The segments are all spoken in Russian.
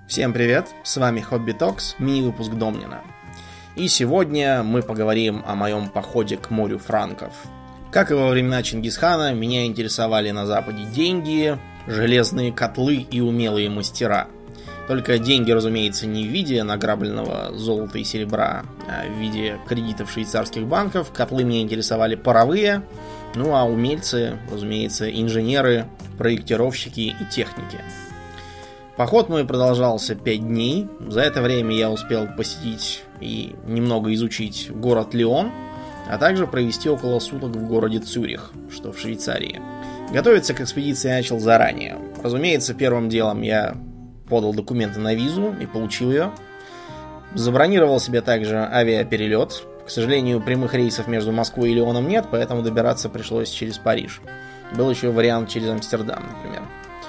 Всем привет, с вами Хобби Токс, мини-выпуск Домнина. И сегодня мы поговорим о моем походе к морю франков. Как и во времена Чингисхана, меня интересовали на Западе деньги, железные котлы и умелые мастера. Только деньги, разумеется, не в виде награбленного золота и серебра, а в виде кредитов швейцарских банков. Котлы меня интересовали паровые, ну а умельцы, разумеется, инженеры, проектировщики и техники. Поход мой продолжался 5 дней. За это время я успел посетить и немного изучить город Лион, а также провести около суток в городе Цюрих, что в Швейцарии. Готовиться к экспедиции я начал заранее. Разумеется, первым делом я подал документы на визу и получил ее. Забронировал себе также авиаперелет. К сожалению, прямых рейсов между Москвой и Лионом нет, поэтому добираться пришлось через Париж. Был еще вариант через Амстердам, например.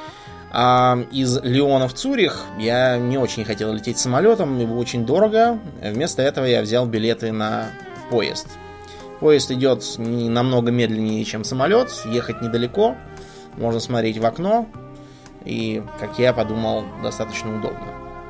А из Лиона в Цюрих я не очень хотел лететь самолетом, его очень дорого. Вместо этого я взял билеты на поезд. Поезд идет намного медленнее, чем самолет, ехать недалеко, можно смотреть в окно, и, как я подумал, достаточно удобно.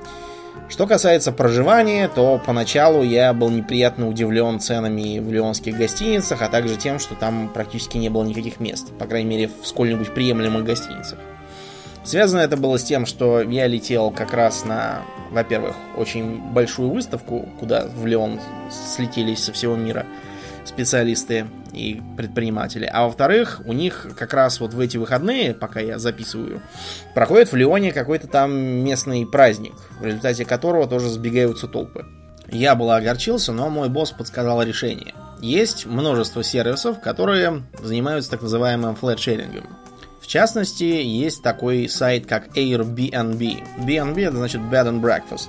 Что касается проживания, то поначалу я был неприятно удивлен ценами в лионских гостиницах, а также тем, что там практически не было никаких мест, по крайней мере, в сколь-нибудь приемлемых гостиницах. Связано это было с тем, что я летел как раз на, во-первых, очень большую выставку, куда в Лион слетелись со всего мира специалисты и предприниматели. А во-вторых, у них как раз вот в эти выходные, пока я записываю, проходит в Лионе какой-то там местный праздник, в результате которого тоже сбегаются толпы. Я было огорчился, но мой босс подсказал решение. Есть множество сервисов, которые занимаются так называемым флэт-шерингом. В частности, есть такой сайт, как Airbnb. B&B это значит Bed and Breakfast.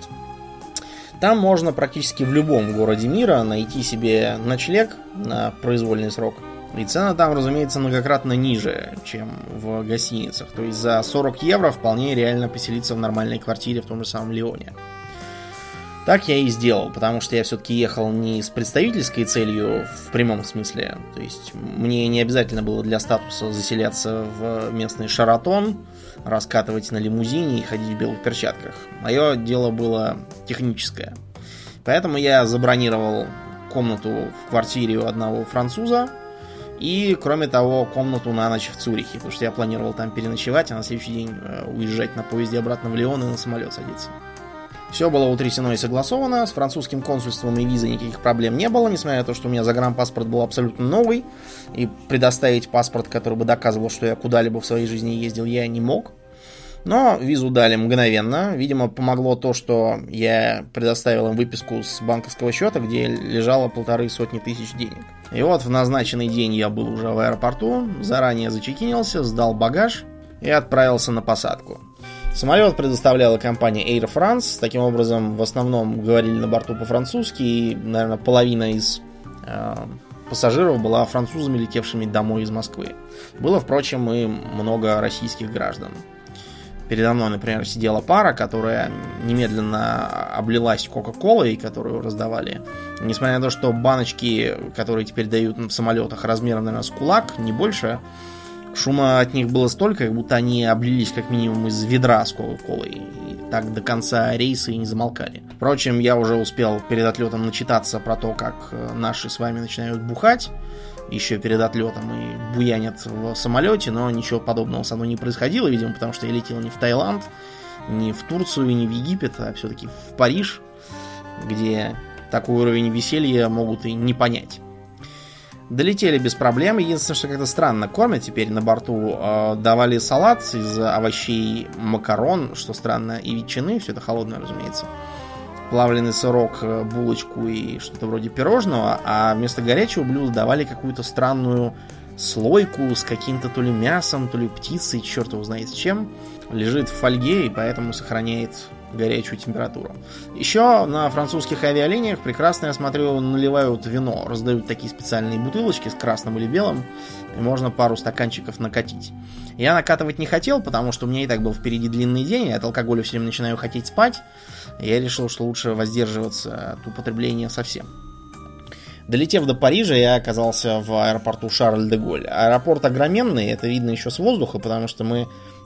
Там можно практически в любом городе мира найти себе ночлег на произвольный срок. И цена там, разумеется, многократно ниже, чем в гостиницах. То есть за 40 евро вполне реально поселиться в нормальной квартире в том же самом Лионе. Так я и сделал, потому что я все-таки ехал не с представительской целью в прямом смысле. То есть мне не обязательно было для статуса заселяться в местный Шаратон, раскатывать на лимузине и ходить в белых перчатках. Мое дело было техническое. Поэтому я забронировал комнату в квартире у одного француза и, кроме того, комнату на ночь в Цюрихе, потому что я планировал там переночевать, а на следующий день уезжать на поезде обратно в Лион и на самолет садиться. Все было утрясено и согласовано, с французским консульством и визой никаких проблем не было, несмотря на то, что у меня загранпаспорт был абсолютно новый, и предоставить паспорт, который бы доказывал, что я куда-либо в своей жизни ездил, я не мог. Но визу дали мгновенно. Видимо, помогло то, что я предоставил им выписку с банковского счета, где лежало 150 тысяч денег. И вот в назначенный день я был уже в аэропорту, заранее зачекинился, сдал багаж и отправился на посадку. Самолет предоставляла компания Air France. Таким образом, в основном говорили на борту по-французски. И, наверное, половина из пассажиров была французами, летевшими домой из Москвы. Было, впрочем, и много российских граждан. Передо мной, например, сидела пара, которая немедленно облилась кока-колой, которую раздавали. Несмотря на то, что баночки, которые теперь дают в самолетах, размером, наверное, с кулак, не больше, шума от них было столько, как будто они облились как минимум из ведра с кока-колой. И так до конца рейса и не замолкали. Впрочем, я уже успел перед отлетом начитаться про то, как наши с вами начинают бухать еще перед отлетом и буянят в самолете, но ничего подобного со мной не происходило, видимо, потому что я летел не в Таиланд, не в Турцию, не в Египет, а все-таки в Париж, где такой уровень веселья могут и не понять. Долетели без проблем. Единственное, что как-то странно кормят теперь на борту. Давали салат из овощей, макарон, что странно, и ветчины. Все это холодное, разумеется. Плавленый сырок, булочку и что-то вроде пирожного. А вместо горячего блюда давали какую-то странную слойку с каким-то то ли мясом, то ли птицей, черт его знает с чем. Лежит в фольге и поэтому сохраняет горячую температуру. Еще на французских авиалиниях прекрасно, я смотрю, наливают вино. Раздают такие специальные бутылочки с красным или белым. И можно пару стаканчиков накатить. Я накатывать не хотел, потому что у меня и так был впереди длинный день. Я от алкоголя все время начинаю хотеть спать. И я решил, что лучше воздерживаться от употребления совсем. Долетев до Парижа, я оказался в аэропорту Шарль-де-Голь. Аэропорт огроменный, это видно еще с воздуха, потому что мы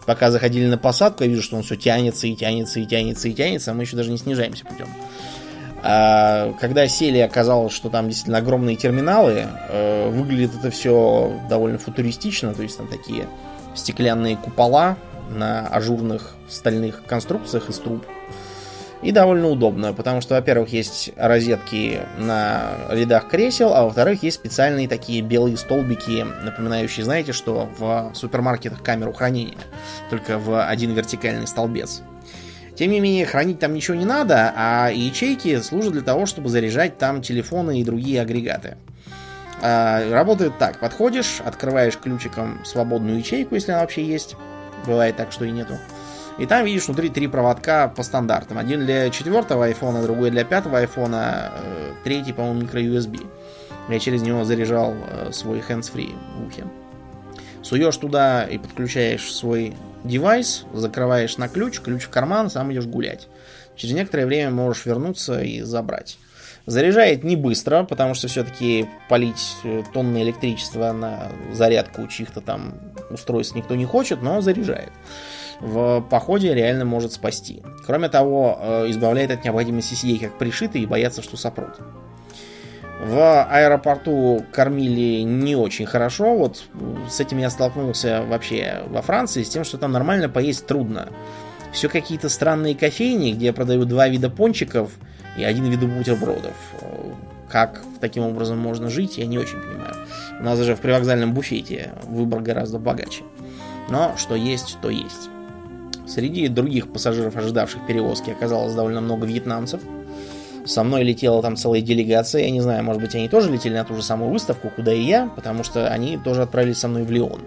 пока заходили на посадку, я вижу, что он все тянется и тянется и тянется и тянется, а мы еще даже не снижаемся путем. А когда сели, оказалось, что там действительно огромные терминалы. Выглядит это все довольно футуристично, то есть там такие стеклянные купола на ажурных стальных конструкциях из труб. И довольно удобно, потому что, во-первых, есть розетки на рядах кресел, а во-вторых, есть специальные такие белые столбики, напоминающие, знаете, что в супермаркетах камеру хранения, только в один вертикальный столбец. Тем не менее, хранить там ничего не надо, а ячейки служат для того, чтобы заряжать там телефоны и другие агрегаты. Работает так: подходишь, открываешь ключиком свободную ячейку, если она вообще есть. Бывает так, что и нету. И там видишь внутри 3 проводка по стандартам. Один для 4-го айфона, другой для 5-го айфона, третий, по-моему, микро-USB. Я через него заряжал свой hands-free в ухе. Суешь туда и подключаешь свой девайс, закрываешь на ключ, ключ в карман, сам идешь гулять. Через некоторое время можешь вернуться и забрать. Заряжает не быстро, потому что все-таки полить тонны электричества на зарядку чьих-то там устройств никто не хочет, но заряжает. В походе реально может спасти. Кроме того, избавляет от необходимости сидеть как пришитый и бояться, что сопрут. В аэропорту кормили не очень хорошо. Вот с этим я столкнулся вообще во Франции, с тем, что там нормально поесть трудно. Все какие-то странные кофейни, где продают 2 вида пончиков и 1 вид бутербродов. Как таким образом можно жить, я не очень понимаю. У нас даже в привокзальном буфете выбор гораздо богаче. Но что есть, то есть. Среди других пассажиров, ожидавших перевозки, оказалось довольно много вьетнамцев. Со мной летела там целая делегация. Я не знаю, может быть, они тоже летели на ту же самую выставку, куда и я, потому что они тоже отправились со мной в Лион.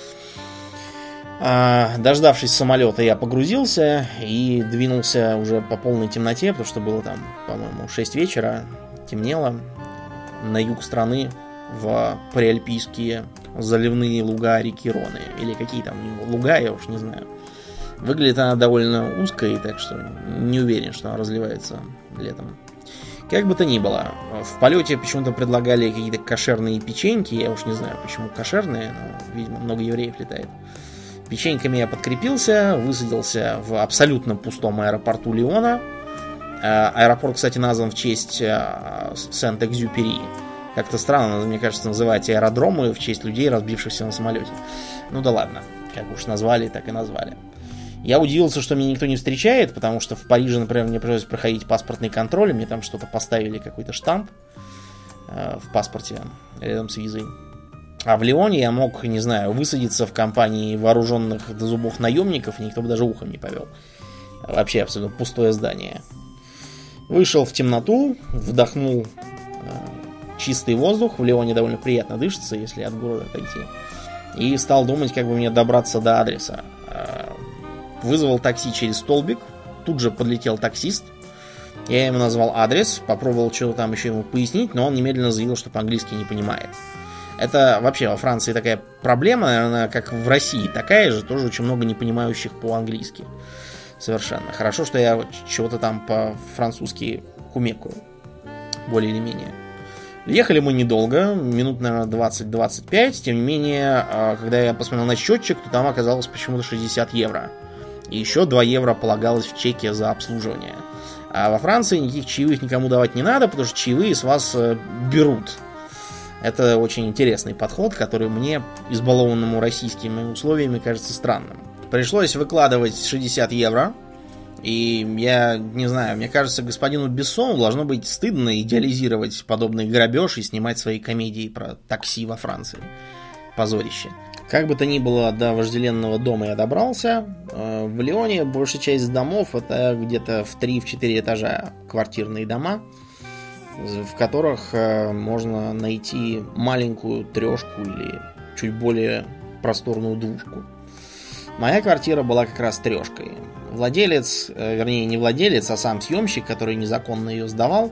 Дождавшись самолета, я погрузился и двинулся уже по полной темноте, потому что было там, по-моему, 6 вечера, темнело, на юг страны, в приальпийские заливные луга реки Роны. Или какие там луга, я уж не знаю. Выглядит она довольно узкой, так что не уверен, что она разливается летом. Как бы то ни было, в полете почему-то предлагали какие-то кошерные печеньки. Я уж не знаю, почему кошерные, но, видимо, много евреев летает. Печеньками я подкрепился, высадился в абсолютно пустом аэропорту Лиона. Аэропорт, кстати, назван в честь Сент-Экзюпери. Как-то странно, мне кажется, называть аэродромы в честь людей, разбившихся на самолете. Ну да ладно, как уж назвали, так и назвали. Я удивился, что меня никто не встречает, потому что в Париже, например, мне пришлось проходить паспортный контроль, мне там что-то поставили, какой-то штамп в паспорте рядом с визой. А в Лионе я мог, не знаю, высадиться в компании вооруженных до зубов наемников, и никто бы даже ухом не повел. Вообще абсолютно пустое здание. Вышел в темноту, вдохнул чистый воздух. В Лионе довольно приятно дышится, если от города отойти. И стал думать, как бы мне добраться до адреса. Вызвал такси через столбик. Тут же подлетел таксист. Я ему назвал адрес, попробовал что-то там еще ему пояснить, но он немедленно заявил, что по-английски не понимает. Это вообще во Франции такая проблема, наверное, как в России, такая же, тоже очень много непонимающих по-английски. Совершенно. Хорошо, что я чего-то там по-французски кумекаю. Более или менее. Ехали мы недолго, минут, наверное, 20-25. Тем не менее, когда я посмотрел на счетчик, то там оказалось почему-то 60 евро. И еще 2 евро полагалось в чеке за обслуживание. А во Франции никаких чаевых никому давать не надо, потому что чаевые с вас берут. Это очень интересный подход, который мне, избалованному российскими условиями, кажется странным. Пришлось выкладывать 60 евро. И я не знаю, мне кажется, господину Бессону должно быть стыдно идеализировать подобный грабеж и снимать свои комедии про такси во Франции. Позорище. Как бы то ни было, до вожделенного дома я добрался. В Лионе большая часть домов это где-то в 3-4 этажа квартирные дома, в которых можно найти маленькую трешку или чуть более просторную двушку. Моя квартира была как раз трешкой. Владелец, вернее не владелец, а сам съемщик, который незаконно ее сдавал,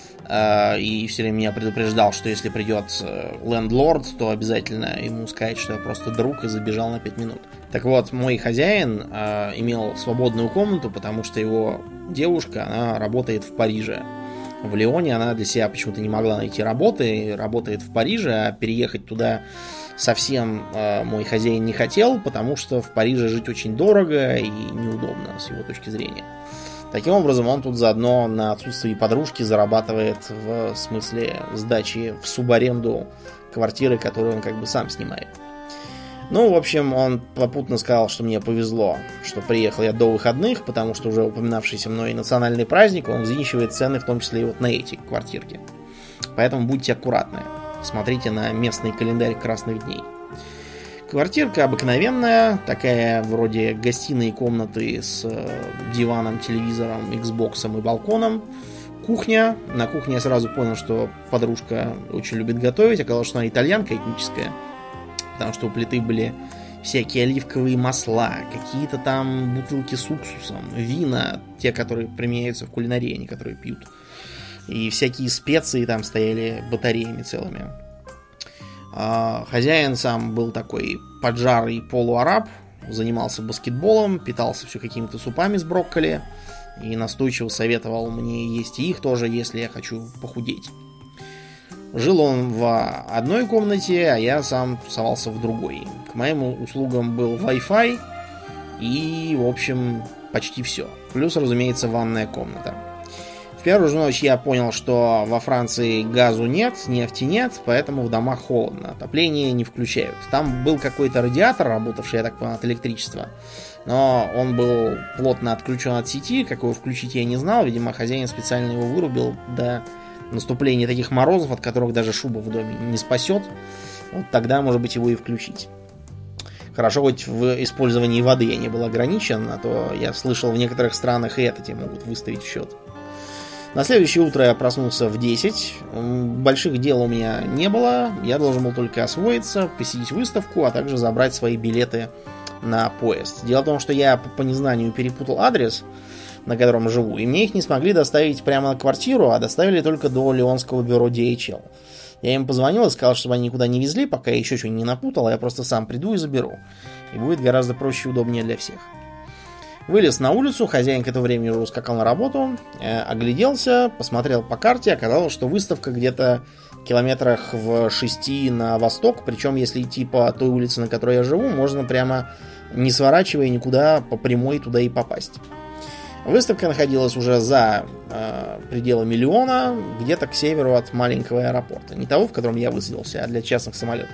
и все время меня предупреждал, что если придет лендлорд, то обязательно ему сказать, что я просто друг и забежал на 5 минут. Так вот, мой хозяин имел свободную комнату, потому что его девушка, она работает в Париже. В Лионе она для себя почему-то не могла найти работы, работает в Париже, а переехать туда совсем мой хозяин не хотел, потому что в Париже жить очень дорого и неудобно с его точки зрения. Таким образом, он тут заодно на отсутствии подружки зарабатывает в смысле сдачи в субаренду квартиры, которую он как бы сам снимает. Ну, в общем, он попутно сказал, что мне повезло, что приехал я до выходных, потому что уже упоминавшийся мной национальный праздник, он взвинчивает цены, в том числе и вот на эти квартирки. Поэтому будьте аккуратны. Смотрите на местный календарь красных дней. Квартирка обыкновенная, такая вроде гостиной комнаты с диваном, телевизором, Xbox'ом и балконом. Кухня. На кухне я сразу понял, что подружка очень любит готовить. Оказалось, что она итальянка этническая. Потому что у плиты были всякие оливковые масла, какие-то там бутылки с уксусом, вина, те, которые применяются в кулинарии, не которые пьют. И всякие специи там стояли батареями целыми. Хозяин сам был такой поджарый полуараб, занимался баскетболом, питался все какими-то супами с брокколи и настойчиво советовал мне есть и их тоже, если я хочу похудеть. Жил он в одной комнате, а я сам тусовался в другой. К моим услугам был Wi-Fi и, в общем, почти все. Плюс, разумеется, ванная комната. В первую же ночь я понял, что во Франции газу нет, нефти нет, поэтому в домах холодно. Отопление не включают. Там был какой-то радиатор, работавший, я так понял, от электричества. Но он был плотно отключен от сети. Как его включить, я не знал. Видимо, хозяин специально его вырубил до наступления таких морозов, от которых даже шуба в доме не спасет. Вот тогда, может быть, его и включить. Хорошо, хоть в использовании воды я не был ограничен, а то я слышал, в некоторых странах и это тебе могут выставить в счет. На следующее утро я проснулся в 10. Больших дел у меня не было. Я должен был только освоиться, посетить выставку, а также забрать свои билеты на поезд. Дело в том, что я по незнанию перепутал адрес, на котором живу, и мне их не смогли доставить прямо на квартиру, а доставили только до Лионского бюро DHL. Я им позвонил и сказал, чтобы они никуда не везли, пока я еще что-нибудь не напутал, а я просто сам приду и заберу. И будет гораздо проще и удобнее для всех. Вылез на улицу, хозяин к этому времени уже ускакал на работу, огляделся, посмотрел по карте, оказалось, что выставка где-то километрах в 6 на восток, причем если идти по той улице, на которой я живу, можно прямо не сворачивая никуда по прямой туда и попасть. Выставка находилась уже за пределами Лиона, где-то к северу от маленького аэропорта. Не того, в котором я высадился, а для частных самолетов.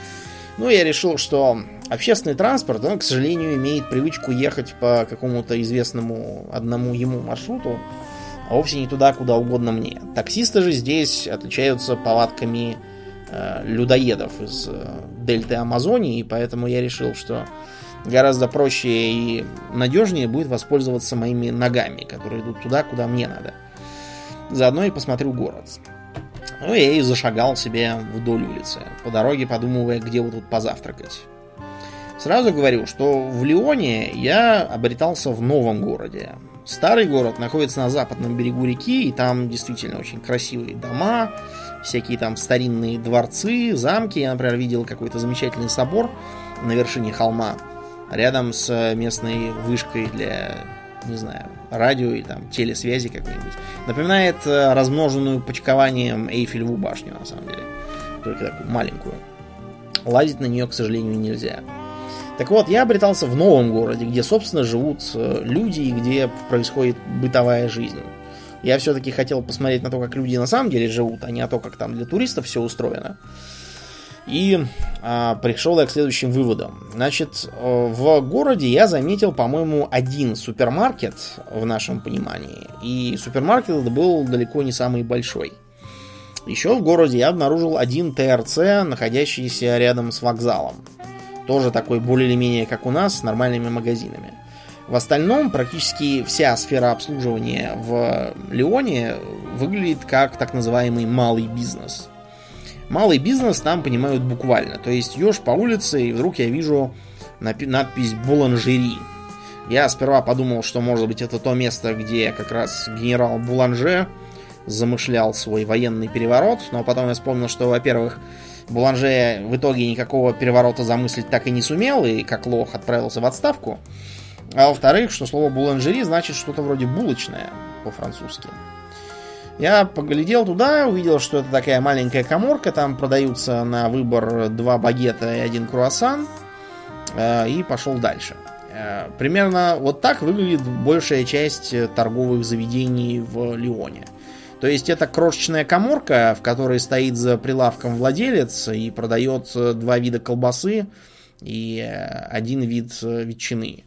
Ну, я решил, что общественный транспорт, он, к сожалению, имеет привычку ехать по какому-то известному одному ему маршруту, а вовсе не туда, куда угодно мне. Таксисты же здесь отличаются повадками людоедов из дельты Амазонии, и поэтому я решил, что гораздо проще и надежнее будет воспользоваться моими ногами, которые идут туда, куда мне надо. Заодно и посмотрю город. Ну, я и зашагал себе вдоль улицы, по дороге подумывая, где вот тут позавтракать. Сразу говорю, что в Лионе я обретался в новом городе. Старый город находится на западном берегу реки, и там действительно очень красивые дома, всякие там старинные дворцы, замки. Я, например, видел какой-то замечательный собор на вершине холма, рядом с местной вышкой для, не знаю, радио или там телесвязи какой-нибудь. Напоминает размноженную почкованием Эйфелеву башню, на самом деле. Только такую маленькую. Лазить на нее, к сожалению, нельзя. Так вот, я обретался в новом городе, где, собственно, живут люди и где происходит бытовая жизнь. Я все-таки хотел посмотреть на то, как люди на самом деле живут, а не на то, как там для туристов все устроено. И пришел я к следующим выводам. Значит, в городе я заметил, по-моему, один супермаркет в нашем понимании. И супермаркет был далеко не самый большой. Еще в городе я обнаружил один ТРЦ, находящийся рядом с вокзалом. Тоже такой более или менее, как у нас, с нормальными магазинами. В остальном практически вся сфера обслуживания в Лионе выглядит как так называемый малый бизнес. Малый бизнес там понимают буквально. То есть идешь по улице, и вдруг я вижу надпись «Буланжери». Я сперва подумал, что, может быть, это то место, где как раз генерал Буланже замышлял свой военный переворот. Но потом я вспомнил, что, во-первых, Буланже в итоге никакого переворота замыслить так и не сумел, и как лох отправился в отставку. А во-вторых, что слово «буланжери» значит что-то вроде «булочная» по-французски. Я поглядел туда, увидел, что это такая маленькая каморка, там продаются на выбор 2 багета и 1 круассан, и пошел дальше. Примерно вот так выглядит большая часть торговых заведений в Лионе. То есть это крошечная каморка, в которой стоит за прилавком владелец и продает 2 вида колбасы и 1 вид ветчины.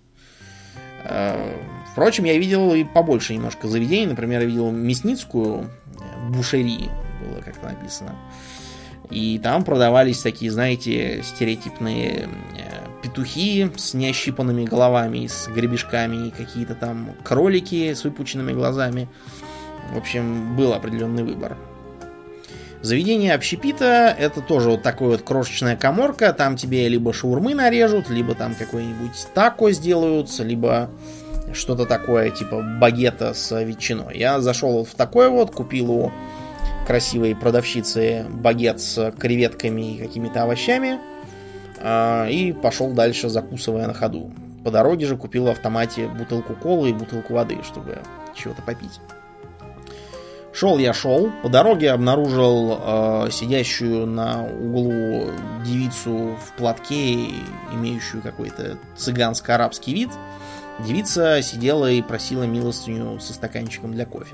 Впрочем, я видел и побольше немножко заведений. Например, я видел мясницкую, бушери было как-то написано. И там продавались такие, знаете, стереотипные петухи с неощипанными головами, с гребешками, какие-то там кролики с выпученными глазами. В общем, был определенный выбор. Заведение общепита — это тоже вот такая вот крошечная каморка. Там тебе либо шаурмы нарежут, либо там какой-нибудь тако сделают, либо что-то такое типа багета с ветчиной. Я зашел вот в такое вот, купил у красивой продавщицы багет с креветками и какими-то овощами и пошел дальше, закусывая на ходу. По дороге же купил в автомате бутылку колы и бутылку воды, чтобы чего-то попить. Шел, по дороге обнаружил сидящую на углу девицу в платке, имеющую какой-то цыганско-арабский вид. Девица сидела и просила милостыню со стаканчиком для кофе.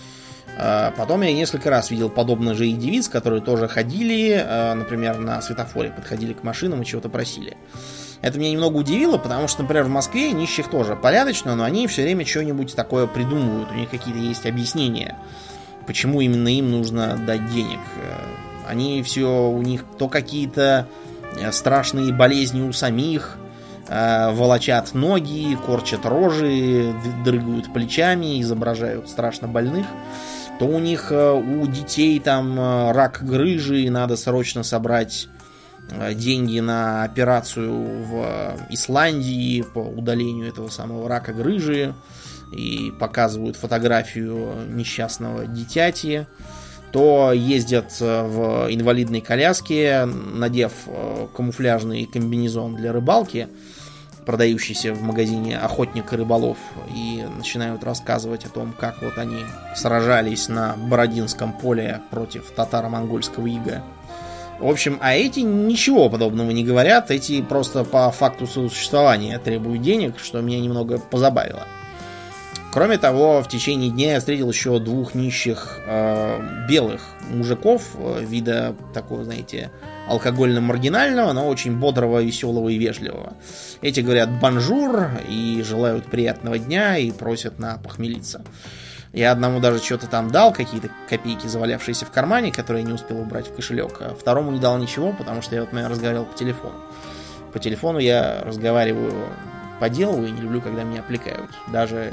Потом я несколько раз видел подобных же и девиц, которые тоже ходили, например, на светофоре, подходили к машинам и чего-то просили. Это меня немного удивило, потому что, например, в Москве нищих тоже порядочно, но они все время что-нибудь такое придумывают, у них какие-то есть объяснения, почему именно им нужно дать денег. Они все, у них то какие-то страшные болезни у самих, волочат ноги, корчат рожи, дрыгают плечами, изображают страшно больных. То у них у детей там рак грыжи, и надо срочно собрать деньги на операцию в Исландии по удалению этого самого рака грыжи. И показывают фотографию несчастного дитяти. То ездят в инвалидной коляске, надев камуфляжный комбинезон для рыбалки, продающийся в магазине «Охотник и рыболов», и начинают рассказывать о том, как вот они сражались на Бородинском поле против татаро-монгольского ига. В общем, а эти ничего подобного не говорят, эти просто по факту существования требуют денег, что меня немного позабавило. Кроме того, в течение дня я встретил еще 2 нищих белых мужиков, вида такого, знаете, алкогольно-маргинального, но очень бодрого, веселого и вежливого. Эти говорят «бонжур» и желают приятного дня и просят похмелиться. Я одному даже что-то там дал, какие-то копейки, завалявшиеся в кармане, которые я не успел убрать в кошелек, а второму не дал ничего, потому что я вот, наверное, разговаривал по телефону. По телефону я разговариваю по делу и не люблю, когда меня отвлекают. Даже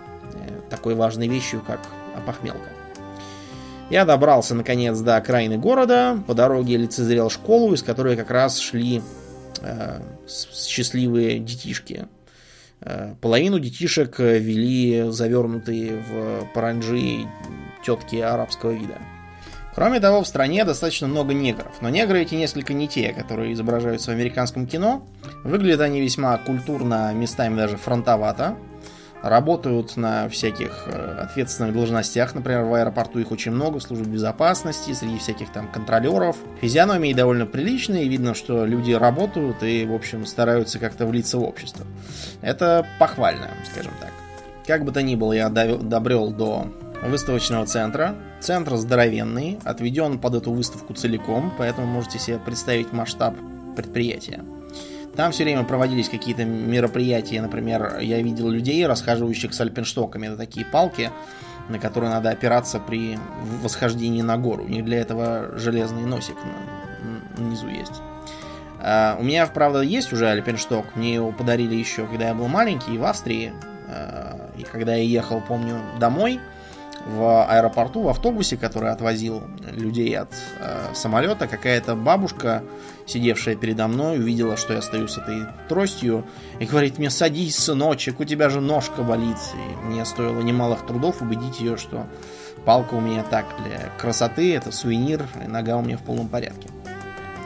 и такой важной вещью, как опохмелка. Я добрался, наконец, до окраины города. По дороге лицезрел школу, из которой как раз шли счастливые детишки. Половину детишек вели завернутые в паранджи тетки арабского вида. Кроме того, в стране достаточно много негров. Но негры эти несколько не те, которые изображаются в американском кино. Выглядят они весьма культурно, местами даже фронтовато. Работают на всяких ответственных должностях. Например, в аэропорту их очень много, в службе безопасности, среди всяких там контролеров. Физиономии довольно приличные, видно, что люди работают и, в общем, стараются как-то влиться в общество. Это похвально, скажем так. Как бы то ни было, я добрел до выставочного центра. Центр здоровенный, отведен под эту выставку целиком, поэтому можете себе представить масштаб предприятия. Там все время проводились какие-то мероприятия. Например, я видел людей, расхаживающих с альпинштоками. Это такие палки, на которые надо опираться при восхождении на гору. У них для этого железный носик внизу есть. У меня, правда, есть уже альпиншток. Мне его подарили еще, когда я был маленький, в Австрии. И когда я ехал, помню, домой, в аэропорту, в автобусе, который отвозил людей от самолета, какая-то бабушка, сидевшая передо мной, увидела, что я стою с этой тростью, и говорит мне: «Садись, сыночек, у тебя же ножка болит». И мне стоило немалых трудов убедить ее, что палка у меня так, для красоты, это сувенир, и нога у меня в полном порядке.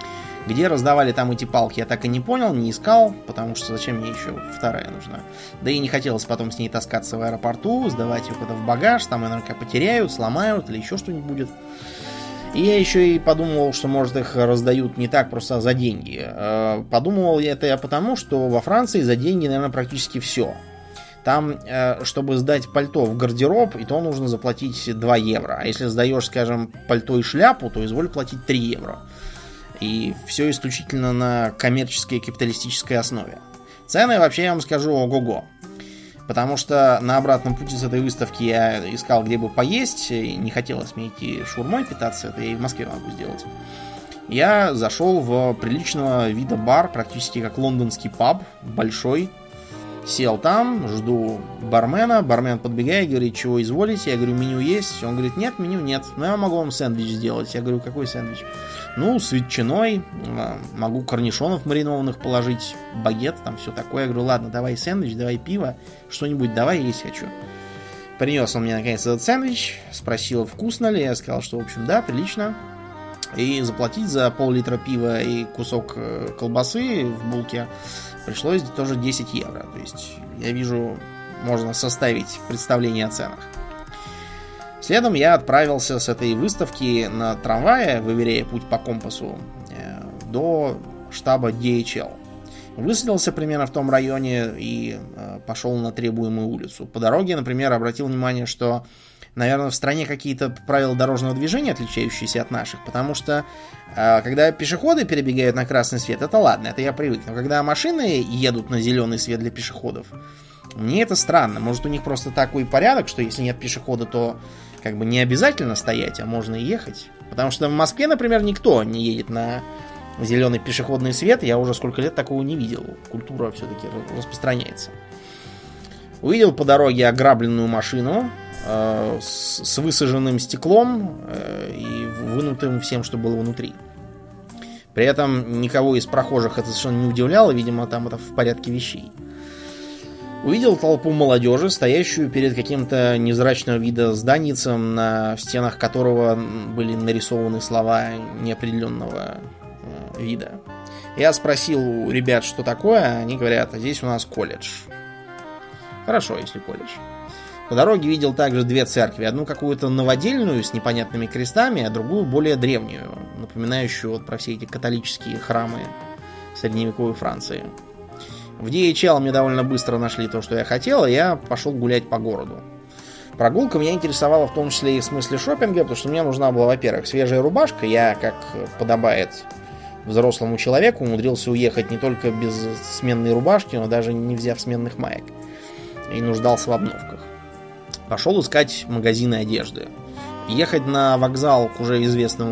Где раздавали там эти палки, я так и не понял, не искал, потому что зачем мне еще вторая нужна. Да и не хотелось потом с ней таскаться в аэропорту, сдавать ее куда-то в багаж, там ее наверняка потеряют, сломают или еще что-нибудь будет. И я еще и подумал, что, может, их раздают не так просто за деньги. Подумал это я потому, что во Франции за деньги, наверное, практически все. Там, чтобы сдать пальто в гардероб, и то нужно заплатить 2 евро. А если сдаешь, скажем, пальто и шляпу, то изволь платить 3 евро. И все исключительно на коммерческой капиталистической основе. Цены вообще, я вам скажу, ого-го. Потому что на обратном пути с этой выставки я искал, где бы поесть. И не хотелось мне идти шаурмой питаться. Это я и в Москве могу сделать. Я зашел в приличного вида бар, практически как лондонский паб, большой. Сел там, жду бармена. Бармен подбегает, говорит, чего изволите? Я говорю, меню есть? Он говорит, нет, меню нет. Но я могу вам сэндвич сделать. Я говорю, какой сэндвич? Ну, с ветчиной. Могу корнишонов маринованных положить, багет, там все такое. Я говорю, ладно, давай сэндвич, давай пиво, что-нибудь давай, есть хочу. Принес он мне, наконец, этот сэндвич. Спросил, вкусно ли. Я сказал, что, в общем, да, прилично. И заплатить за пол-литра пива и кусок колбасы в булке пришлось тоже 10 евро. То есть, я вижу, можно составить представление о ценах. Следом я отправился с этой выставки на трамвае, выверяя путь по компасу, до штаба DHL. Высадился примерно в том районе и пошел на требуемую улицу. По дороге, например, обратил внимание, что, наверное, в стране какие-то правила дорожного движения, отличающиеся от наших, потому что когда пешеходы перебегают на красный свет, это ладно, это я привык. Но когда машины едут на зеленый свет для пешеходов, мне это странно. Может, у них просто такой порядок, что если нет пешехода, то как бы не обязательно стоять, а можно и ехать. Потому что в Москве, например, никто не едет на зеленый пешеходный свет. Я уже сколько лет такого не видел. Культура все-таки распространяется. Увидел по дороге ограбленную машину с высаженным стеклом и вынутым всем, что было внутри. При этом никого из прохожих это совершенно не удивляло. Видимо, там это в порядке вещей. Увидел толпу молодежи, стоящую перед каким-то невзрачного вида зданицем, на стенах которого были нарисованы слова неопределенного вида. Я спросил у ребят, что такое. Они говорят, а здесь у нас колледж. Хорошо, если колледж. По дороге видел также 2 церкви. Одну какую-то новодельную с непонятными крестами, а другую более древнюю, напоминающую вот про все эти католические храмы средневековой Франции. В DHL мне довольно быстро нашли то, что я хотел, и я пошел гулять по городу. Прогулка меня интересовала в том числе и в смысле шопинга, потому что мне нужна была, во-первых, свежая рубашка. Я, как подобает взрослому человеку, умудрился уехать не только без сменной рубашки, но даже не взяв сменных маек. И нуждался в обновках. Пошел искать магазины одежды. Ехать на вокзал к уже известному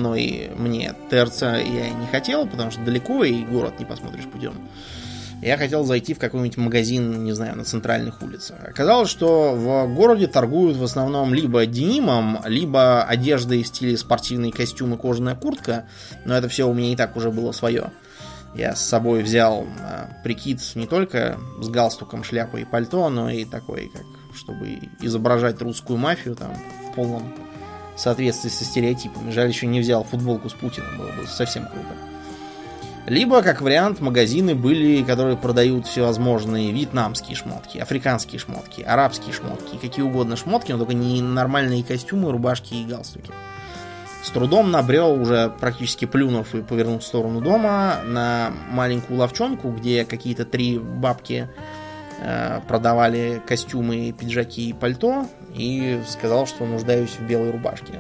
мне ТРЦ я не хотел, потому что далеко и город не посмотришь путем. Я хотел зайти в какой-нибудь магазин, не знаю, на центральных улицах. Оказалось, что в городе торгуют в основном либо денимом, либо одеждой в стиле спортивный костюм и кожаная куртка. Но это все у меня и так уже было свое. Я с собой взял прикид не только с галстуком, шляпой и пальто, но и такой, как чтобы изображать русскую мафию там в полном соответствии со стереотипами. Жаль, еще не взял футболку с Путиным, было бы совсем круто. Либо, как вариант, магазины были, которые продают всевозможные вьетнамские шмотки, африканские шмотки, арабские шмотки, какие угодно шмотки, но только не нормальные костюмы, рубашки и галстуки. С трудом набрел, уже практически плюнув и повернув в сторону дома, на маленькую лавчонку, где какие-то 3 бабки продавали костюмы, пиджаки и пальто, и сказал, что нуждаюсь в белой рубашке.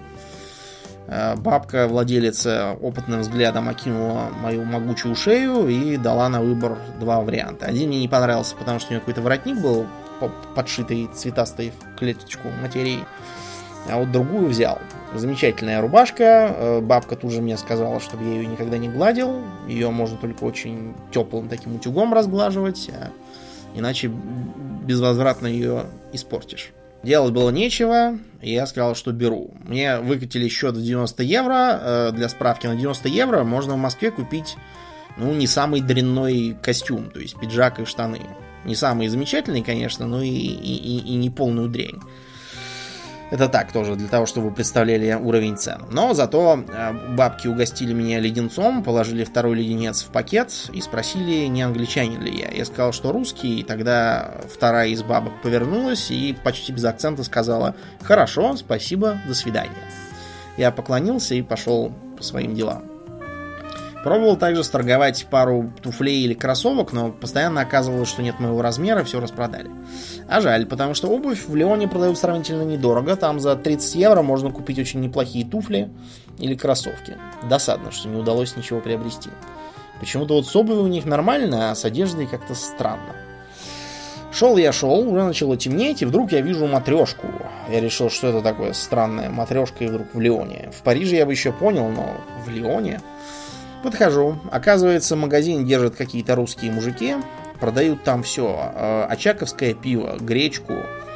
Бабка, владелица, опытным взглядом окинула мою могучую шею и дала на выбор 2 варианта. Один мне не понравился, потому что у нее какой-то воротник был подшитый цветастой в клеточку материи, а вот другую взял. Замечательная рубашка. Бабка тут же мне сказала, чтобы я ее никогда не гладил. Ее можно только очень теплым таким утюгом разглаживать, иначе безвозвратно ее испортишь. Делать было нечего, и я сказал, что беру. Мне выкатили счет в 90 евро. Для справки, на 90 евро можно в Москве купить, не самый дрянной костюм, то есть пиджак и штаны. Не самый замечательный, конечно, но и не полную дрянь. Это так тоже, для того, чтобы вы представляли уровень цен. Но зато бабки угостили меня леденцом, положили второй леденец в пакет и спросили, не англичанин ли я. Я сказал, что русский, и тогда вторая из бабок повернулась и почти без акцента сказала: «Хорошо, спасибо, до свидания». Я поклонился и пошел по своим делам. Пробовал также сторговать пару туфлей или кроссовок, но постоянно оказывалось, что нет моего размера, все распродали. А жаль, потому что обувь в Лионе продают сравнительно недорого. Там за 30 евро можно купить очень неплохие туфли или кроссовки. Досадно, что не удалось ничего приобрести. Почему-то вот с обувью у них нормально, а с одеждой как-то странно. Шел, уже начало темнеть, и вдруг я вижу матрешку. Я решил, что это такое странное матрешка, и вдруг в Лионе. В Париже я бы еще понял, но в Лионе... Подхожу. Оказывается, магазин держат какие-то русские мужики. Продают там все. Очаковское пиво, гречку,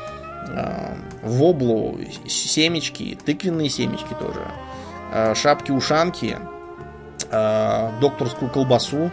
воблу, семечки, тыквенные семечки тоже. Шапки-ушанки, докторскую колбасу,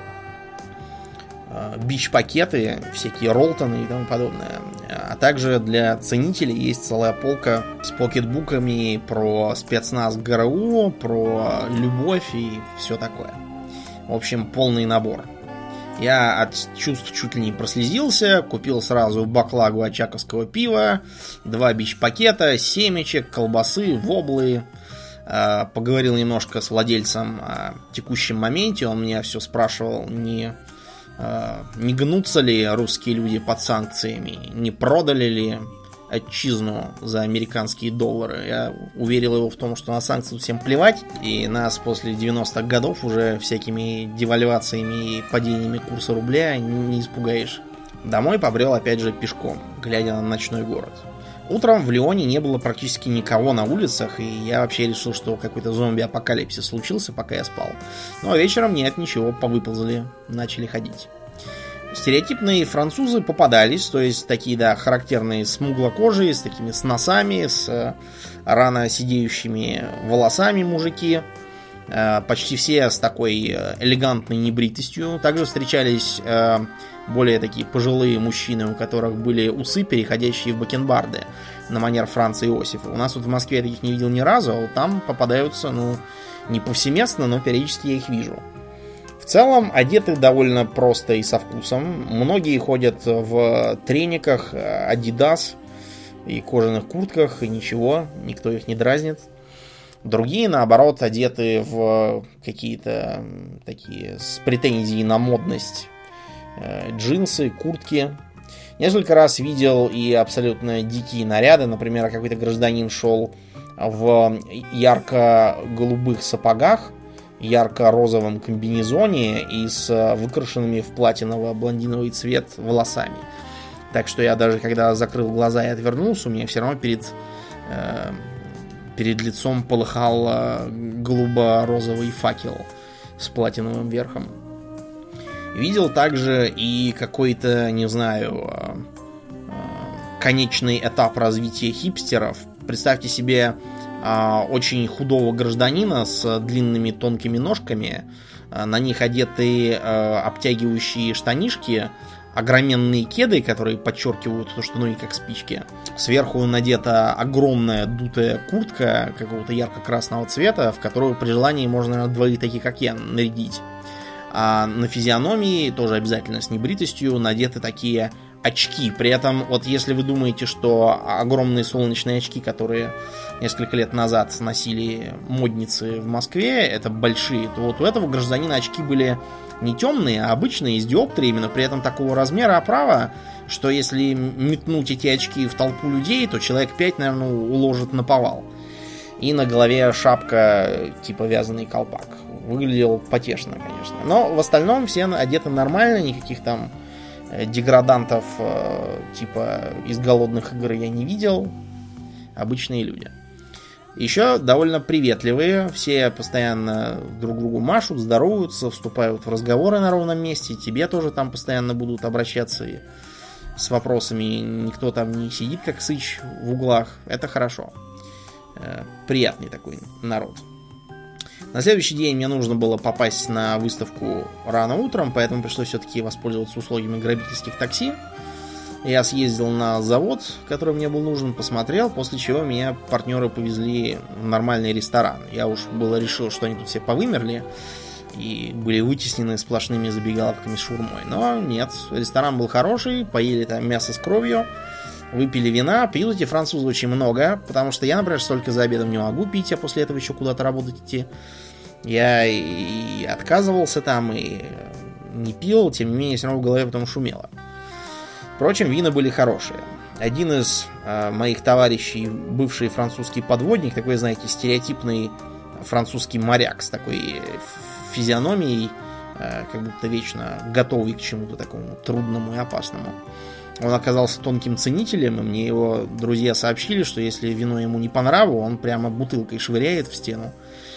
бич-пакеты, всякие роллтоны и тому подобное. А также для ценителей есть целая полка с покетбуками про спецназ ГРУ, про любовь и все такое. В общем, полный набор. Я от чувств чуть ли не прослезился, купил сразу баклагу очаковского пива, 2 бич-пакета, семечек, колбасы, воблы. Поговорил немножко с владельцем о текущем моменте. Он меня все спрашивал, не гнутся ли русские люди под санкциями, не продали ли отчизну за американские доллары. Я уверил его в том, что на санкции всем плевать, и нас после 90-х годов уже всякими девальвациями и падениями курса рубля не испугаешь. Домой побрел опять же пешком, глядя на ночной город. Утром в Лионе не было практически никого на улицах, и я вообще решил, что какой-то зомби-апокалипсис случился, пока я спал. Ну а вечером нет, ничего, повыползли, начали ходить. Стереотипные французы попадались, то есть такие, да, характерные смуглокожие, с такими с носами, с рано сидеющими волосами мужики. Почти все с такой элегантной небритостью. Также встречались более такие пожилые мужчины, у которых были усы, переходящие в бакенбарды, на манер Франца Иосифа. У нас вот в Москве я таких не видел ни разу, а вот там попадаются, ну, не повсеместно, но периодически я их вижу. В целом одеты довольно просто и со вкусом. Многие ходят в трениках Adidas и кожаных куртках, и ничего, никто их не дразнит. Другие, наоборот, одеты в какие-то такие с претензией на модность джинсы, куртки. Несколько раз видел и абсолютно дикие наряды. Например, какой-то гражданин шел в ярко-голубых сапогах, ярко-розовом комбинезоне и с выкрашенными в платиново-блондиновый цвет волосами. Так что я даже когда закрыл глаза и отвернулся, у меня все равно перед лицом полыхал голубо-розовый факел с платиновым верхом. Видел также и какой-то, не знаю, конечный этап развития хипстеров. Представьте себе очень худого гражданина с длинными тонкими ножками. На них одеты обтягивающие штанишки, огроменные кеды, которые подчеркивают то, что ноги как спички. Сверху надета огромная дутая куртка какого-то ярко-красного цвета, в которую при желании можно, наверное, двоих таких, как я, нарядить. А на физиономии, тоже обязательно с небритостью, надеты такие очки. При этом, вот если вы думаете, что огромные солнечные очки, которые несколько лет назад носили модницы в Москве, это большие, то вот у этого гражданина очки были не темные, а обычные, с диоптриями, но при этом такого размера оправа, что если метнуть эти очки в толпу людей, то человек 5, наверное, уложит на повал. И на голове шапка типа вязаный колпак. Выглядел потешно, конечно. Но в остальном все одеты нормально, никаких там деградантов типа из голодных игр я не видел. Обычные люди. Еще довольно приветливые. Все постоянно друг другу машут, здороваются, вступают в разговоры на ровном месте. Тебе тоже там постоянно будут обращаться и с вопросами. Никто там не сидит как сыч в углах. Это хорошо. Приятный такой народ. На следующий день мне нужно было попасть на выставку рано утром, поэтому пришлось все-таки воспользоваться услугами грабительских такси. Я съездил на завод, который мне был нужен, посмотрел, после чего меня партнеры повезли в нормальный ресторан. Я уж было решил, что они тут все повымерли и были вытеснены сплошными забегаловками с шаурмой. Но нет, ресторан был хороший, поели там мясо с кровью, выпили вина. Пьют эти французы очень много, потому что я, например, столько за обедом не могу пить, а после этого еще куда-то работать идти. Я и отказывался там, и не пил, тем не менее, все равно в голове потом шумело. Впрочем, вина были хорошие. Один из моих товарищей, бывший французский подводник, такой, знаете, стереотипный французский моряк с такой физиономией, как будто вечно готовый к чему-то такому трудному и опасному. Он оказался тонким ценителем, и мне его друзья сообщили, что если вино ему не по нраву, он прямо бутылкой швыряет в стену.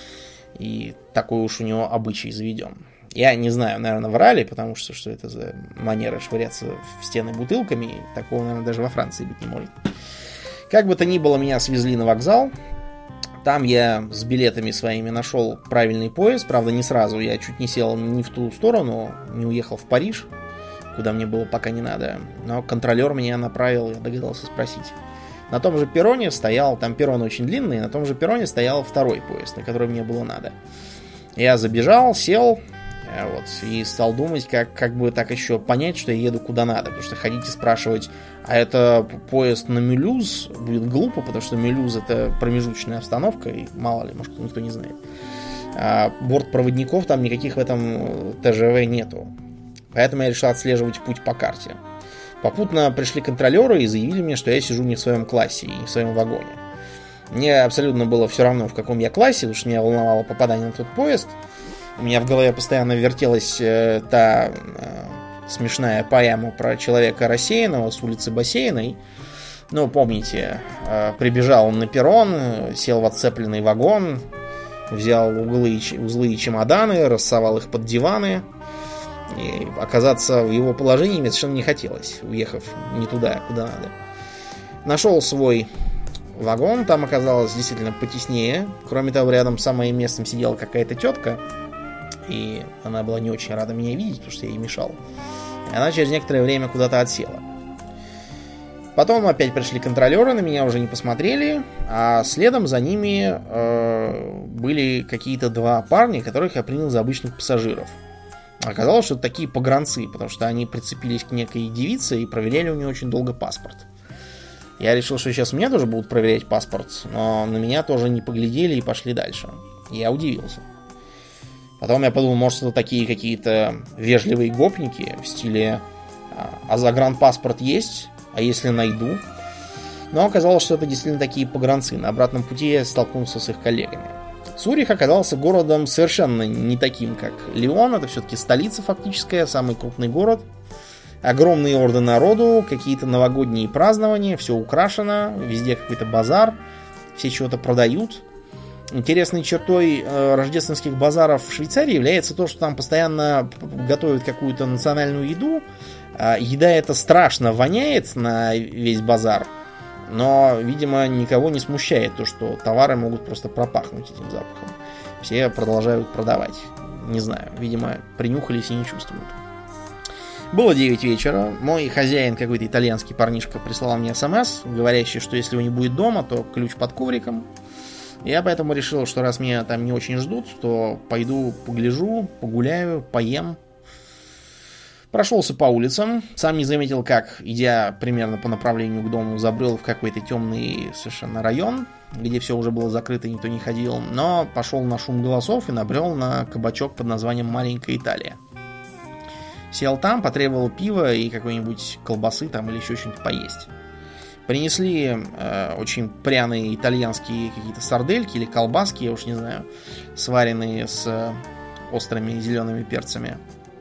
И такой уж у него обычай заведен. Я не знаю, наверное, врали, потому что это за манера швыряться в стены бутылками. Такого, наверное, даже во Франции быть не может. Как бы то ни было, меня свезли на вокзал. Там я с билетами своими нашел правильный поезд. Правда, не сразу. Я чуть не сел не в ту сторону, не уехал в Париж, куда мне было пока не надо. Но контролер меня направил, я догадался спросить. На том же перроне стоял, там перрон очень длинный, на том же перроне стоял второй поезд, на который мне было надо. Я забежал, сел... и стал думать, как бы так еще понять, что я еду куда надо. Потому что ходить и спрашивать, а это поезд на Мюлюз, будет глупо, потому что Мюлюз — это промежуточная остановка, и мало ли, может, никто не знает. А бортпроводников там никаких в этом ТЖВ нету. Поэтому я решил отслеживать путь по карте. Попутно пришли контролеры и заявили мне, что я сижу не в своем классе и не в своем вагоне. Мне абсолютно было все равно, в каком я классе, потому что меня волновало попадание на тот поезд. У меня в голове постоянно вертелась та смешная поэма про человека рассеянного с улицы Бассейной. Ну, помните, прибежал он на перрон, сел в отцепленный вагон, взял узлы и чемоданы, рассовал их под диваны. И оказаться в его положении мне совершенно не хотелось, уехав не туда, куда надо. Нашел свой вагон, там оказалось действительно потеснее. Кроме того, рядом с моим местом сидела какая-то тетка. И она была не очень рада меня видеть, потому что я ей мешал. И она через некоторое время куда-то отсела. Потом опять пришли контролеры, на меня уже не посмотрели. А следом за ними были какие-то два парня, которых я принял за обычных пассажиров. Оказалось, что это такие погранцы, потому что они прицепились к некой девице и проверяли у нее очень долго паспорт. Я решил, что сейчас мне тоже будут проверять паспорт, но на меня тоже не поглядели и пошли дальше. Я удивился. Потом я подумал, может, это такие какие-то вежливые гопники в стиле «а загранпаспорт есть? А если найду?» Но оказалось, что это действительно такие погранцы. На обратном пути я столкнулся с их коллегами. Цюрих оказался городом совершенно не таким, как Лион. Это все-таки столица фактическая, самый крупный город. Огромные орды народу, какие-то новогодние празднования, все украшено, везде какой-то базар, все чего-то продают. Интересной чертой рождественских базаров в Швейцарии является то, что там постоянно готовят какую-то национальную еду. Еда эта страшно воняет на весь базар, но, видимо, никого не смущает то, что товары могут просто пропахнуть этим запахом. Все продолжают продавать. Не знаю, видимо, принюхались и не чувствуют. Было 9 вечера. Мой хозяин, какой-то итальянский парнишка, прислал мне смс, говорящий, что если его не будет дома, то ключ под ковриком. Я поэтому решил, что раз меня там не очень ждут, то пойду погляжу, погуляю, поем. Прошелся по улицам. Сам не заметил, как, идя примерно по направлению к дому, забрел в какой-то темный совершенно район, где все уже было закрыто, никто не ходил. Но пошел на шум голосов и набрел на кабачок под названием «Маленькая Италия». Сел там, потребовал пива и какой-нибудь колбасы там или еще что-нибудь поесть. Принесли очень пряные итальянские какие-то сардельки или колбаски, я уж не знаю, сваренные с острыми зелеными перцами.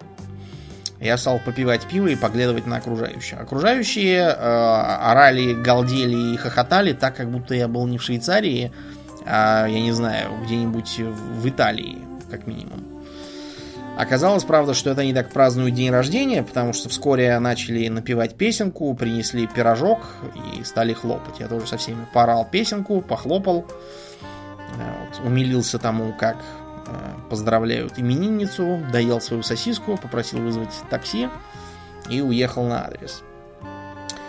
Я стал попивать пиво и поглядывать на окружающих. Окружающие орали, галдели и хохотали так, как будто я был не в Швейцарии, а, я не знаю, где-нибудь в Италии, как минимум. Оказалось, правда, что это они так празднуют день рождения, потому что вскоре начали напевать песенку, принесли пирожок и стали хлопать. Я тоже со всеми поорал песенку, похлопал, умилился тому, как поздравляют именинницу, доел свою сосиску, попросил вызвать такси и уехал на адрес.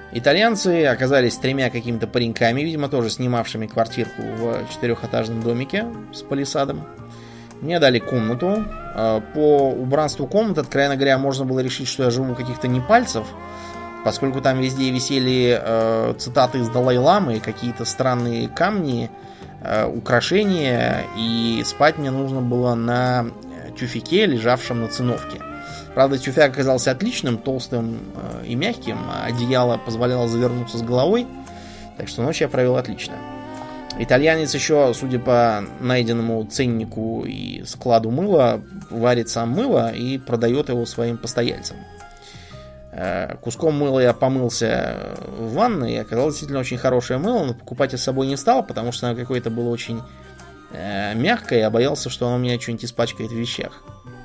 Итальянцы оказались тремя какими-то пареньками, видимо, тоже снимавшими квартирку в 4-этажном домике с палисадом. Мне дали комнату. По убранству комнаты, откровенно говоря, можно было решить, что я живу у каких-то непальцев, поскольку там везде висели цитаты из Далай-ламы, какие-то странные камни, украшения, и спать мне нужно было на тюфяке, лежавшем на циновке. Правда, тюфяк оказался отличным, толстым и мягким, а одеяло позволяло завернуться с головой, так что ночь я провел отлично. Итальянец еще, судя по найденному ценнику и складу мыла, варит сам мыло и продает его своим постояльцам. Куском мыла я помылся в ванной, и оказалось действительно очень хорошее мыло, но покупать я с собой не стал, потому что оно какое-то было очень мягкое, я боялся, что оно меня что-нибудь испачкает в вещах.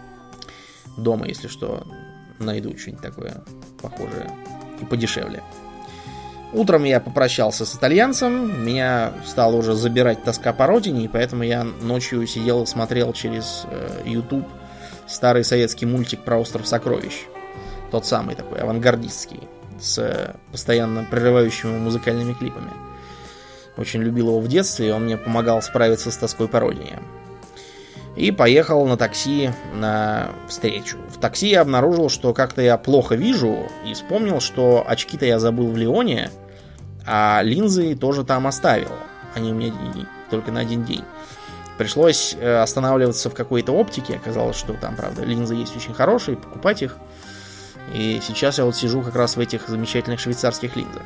Дома, если что, найду что-нибудь такое похожее и подешевле. Утром я попрощался с итальянцем, меня стала уже забирать тоска по родине, и поэтому я ночью сидел и смотрел через YouTube старый советский мультик про остров сокровищ. Тот самый такой, авангардистский, с постоянно прерывающими музыкальными клипами. Очень любил его в детстве, и он мне помогал справиться с тоской по родине. И поехал на такси на встречу. В такси я обнаружил, что как-то я плохо вижу, и вспомнил, что очки-то я забыл в Лионе, а линзы тоже там оставил. Они у меня только на один день. Пришлось останавливаться в какой-то оптике. Оказалось, что там, правда, линзы есть очень хорошие, покупать их. И сейчас я вот сижу как раз в этих замечательных швейцарских линзах.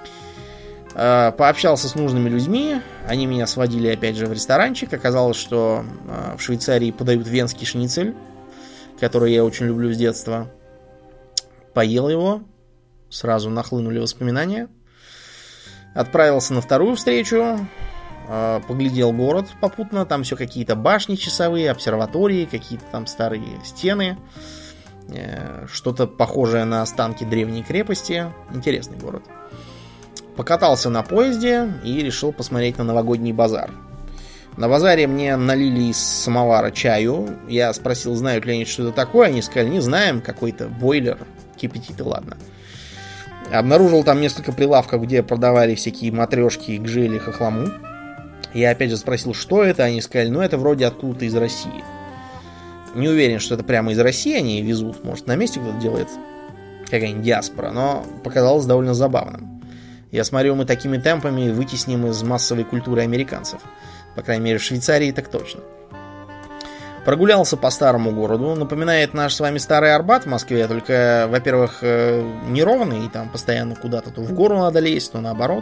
Пообщался с нужными людьми. Они меня сводили опять же в ресторанчик. Оказалось, что в Швейцарии подают венский шницель, который я очень люблю с детства. Поел его. Сразу нахлынули воспоминания. Отправился на вторую встречу. Поглядел город попутно. Там все какие-то башни часовые, обсерватории, какие-то там старые стены. Что-то похожее на останки древней крепости. Интересный город. Покатался на поезде и решил посмотреть на новогодний базар. На базаре мне налили из самовара чаю. Я спросил, знают ли они, что это такое. Они сказали, не знаем, какой-то бойлер. Кипятит и ладно. Обнаружил там несколько прилавков, где продавали всякие матрешки, гжели, хохлому. Я опять же спросил, что это. Они сказали, ну это вроде откуда-то из России. Не уверен, что это прямо из России они везут. Может, на месте кто-то делает какая-нибудь диаспора. Но показалось довольно забавным. Я смотрю, мы такими темпами вытесним из массовой культуры американцев. По крайней мере, в Швейцарии так точно. Прогулялся по старому городу. Напоминает наш с вами старый Арбат в Москве. Только, во-первых, неровный. И там постоянно куда-то то в гору надо лезть, то наоборот.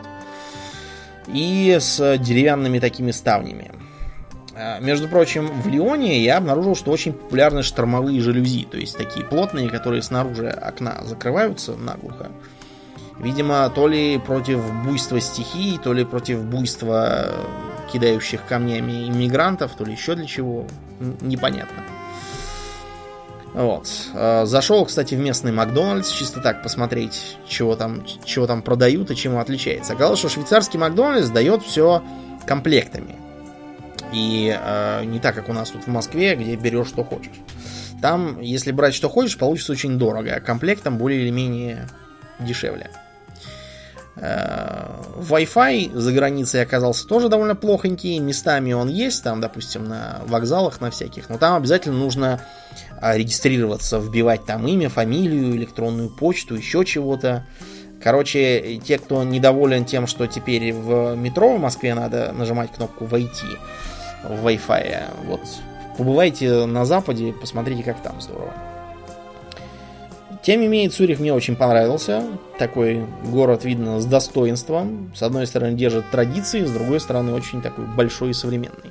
И с деревянными такими ставнями. Между прочим, в Лионе я обнаружил, что очень популярны штормовые жалюзи. То есть такие плотные, которые снаружи окна закрываются наглухо. Видимо, то ли против буйства стихий, то ли против буйства кидающих камнями иммигрантов, то ли еще для чего. Непонятно. Вот. Зашел, кстати, в местный Макдональдс, чисто так посмотреть, чего там продают и чем отличается. Оказалось, что швейцарский Макдональдс дает все комплектами. И не так, как у нас тут в Москве, где берешь, что хочешь. Там, если брать, что хочешь, получится очень дорого, а комплектом более или менее дешевле. Wi-Fi за границей оказался тоже довольно плохонький. Местами он есть, там, допустим, на вокзалах, на всяких. Но там обязательно нужно регистрироваться, вбивать там имя, фамилию, электронную почту, еще чего-то. Короче, те, кто недоволен тем, что теперь в метро в Москве надо нажимать кнопку «Войти» в Wi-Fi, вот побывайте на Западе, посмотрите, как там здорово. Тем не менее, Цюрих мне очень понравился. Такой город, видно, с достоинством. С одной стороны, держит традиции, с другой стороны, очень такой большой и современный.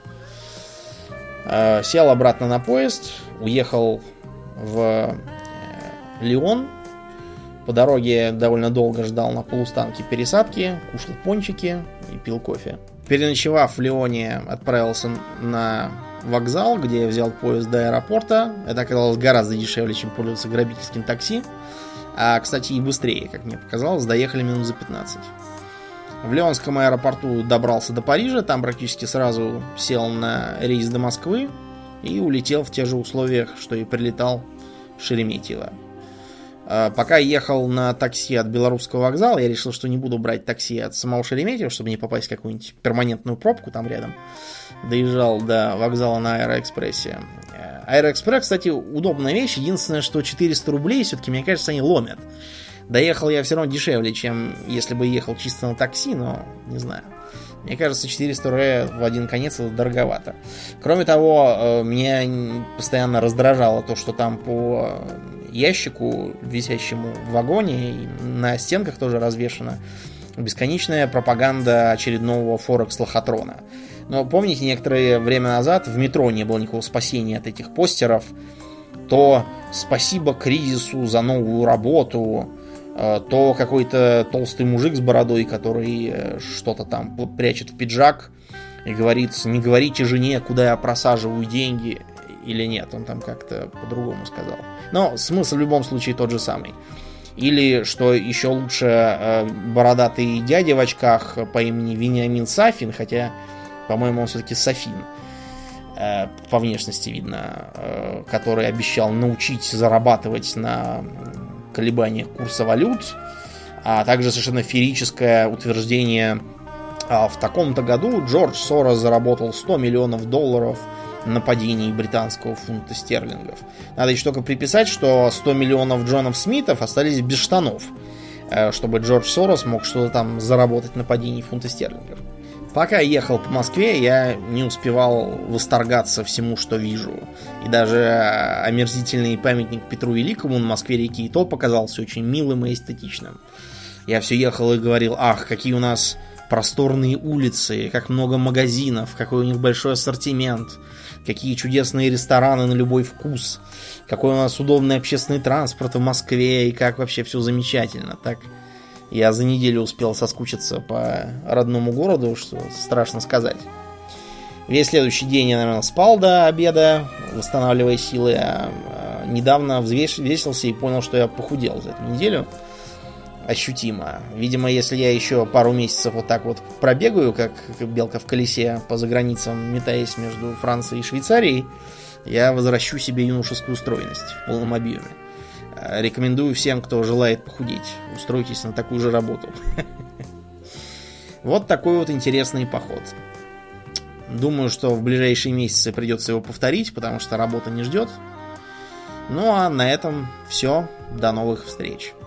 Сел обратно на поезд, уехал в Лион. По дороге довольно долго ждал на полустанке пересадки, кушал пончики и пил кофе. Переночевав в Лионе, отправился на вокзал, где я взял поезд до аэропорта. Это оказалось гораздо дешевле, чем пользоваться грабительским такси. А, кстати, и быстрее, как мне показалось, доехали минут за 15. В Лионском аэропорту добрался до Парижа, там практически сразу сел на рейс до Москвы. и улетел в тех же условиях, что и прилетал в Шереметьево. Пока ехал на такси от Белорусского вокзала, я решил, что не буду брать такси от самого Шереметьево, чтобы не попасть в какую-нибудь перманентную пробку там рядом. Доезжал до вокзала на Аэроэкспрессе. Аэроэкспресс, кстати, удобная вещь. Единственное, что 400 рублей все-таки, мне кажется, они ломят. Доехал я все равно дешевле, чем если бы ехал чисто на такси, но не знаю. Мне кажется, 400 рублей в один конец это дороговато. Кроме того, меня постоянно раздражало то, что там по ящику, висящему в вагоне, и на стенках тоже развешена бесконечная пропаганда очередного Форекс-лохотрона. Но помните, некоторое время назад в метро не было никакого спасения от этих постеров. То спасибо кризису за новую работу, то какой-то толстый мужик с бородой, который что-то там прячет в пиджак и говорит: не говорите жене, куда я просаживаю деньги, или нет, он там как-то по-другому сказал. Но смысл в любом случае тот же самый. Или, что еще лучше, бородатый дядя в очках по имени Вениамин Сафин, хотя, по-моему, он все-таки Сафин, по внешности видно, который обещал научить зарабатывать на колебаниях курса валют, а также совершенно феерическое утверждение: в таком-то году Джордж Сорос заработал $100 миллионов на падении британского фунта стерлингов. Надо еще только приписать, что 100 миллионов Джонов Смитов остались без штанов, чтобы Джордж Сорос мог что-то там заработать на падении фунта стерлингов. Пока ехал по Москве, я не успевал восторгаться всему, что вижу. И даже омерзительный памятник Петру Великому на Москве-реке и то показался очень милым и эстетичным. Я все ехал и говорил: ах, какие у нас просторные улицы, как много магазинов, какой у них большой ассортимент, какие чудесные рестораны на любой вкус, какой у нас удобный общественный транспорт в Москве, и как вообще все замечательно. Так я за неделю успел соскучиться по родному городу, что страшно сказать. Весь следующий день я, наверное, спал до обеда, восстанавливая силы, а недавно взвесился и понял, что я похудел за эту неделю ощутимо. Видимо, если я еще пару месяцев вот так вот пробегаю, как белка в колесе по заграницам, метаясь между Францией и Швейцарией, я возвращу себе юношескую стройность в полном объеме. Рекомендую всем, кто желает похудеть, устройтесь на такую же работу. Вот такой вот интересный поход. Думаю, что в ближайшие месяцы придется его повторить, потому что работа не ждет. Ну а на этом все. До новых встреч.